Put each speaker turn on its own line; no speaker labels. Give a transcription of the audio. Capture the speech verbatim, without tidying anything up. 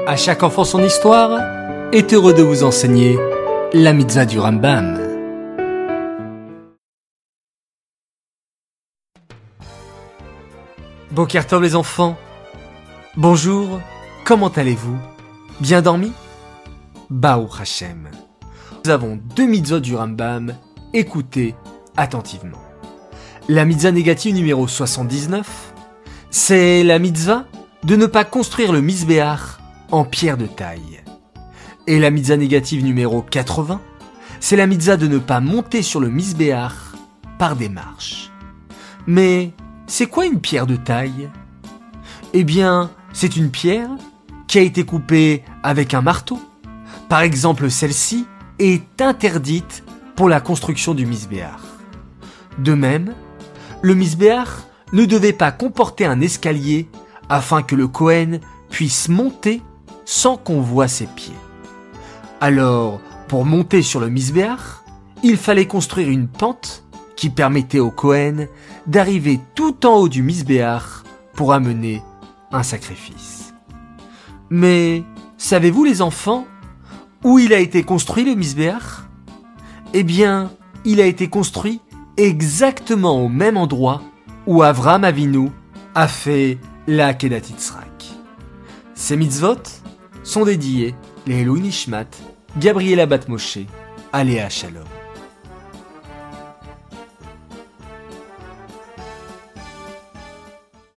À chaque enfant son histoire est heureux de vous enseigner la mitzvah du Rambam. Boker Tov les enfants. Bonjour, comment allez-vous? Bien dormi? Baruch Hashem. Nous avons deux mitzvot du Rambam, écoutez attentivement. La mitzvah négative numéro soixante-dix-neuf, c'est la mitzvah de ne pas construire le misbéach en pierre de taille. Et la mitzvah négative numéro quatre-vingts, c'est la mitzvah de ne pas monter sur le misbéach par des marches. Mais c'est quoi une pierre de taille? Eh bien, c'est une pierre qui a été coupée avec un marteau. Par exemple, celle-ci est interdite pour la construction du misbéach. De même, le misbéach ne devait pas comporter un escalier afin que le Kohen puisse monter sans qu'on voie ses pieds. Alors, pour monter sur le misbéach, il fallait construire une pente qui permettait au Kohen d'arriver tout en haut du misbéach pour amener un sacrifice. Mais savez-vous les enfants, où il a été construit le misbéach? Eh bien, il a été construit exactement au même endroit où Avraham Avinu a fait la Akedat Yitzhak. Ces mitzvot sont dédiés les Elou Nishmat, Gabriela Bat Moshe, Aléa Shalom.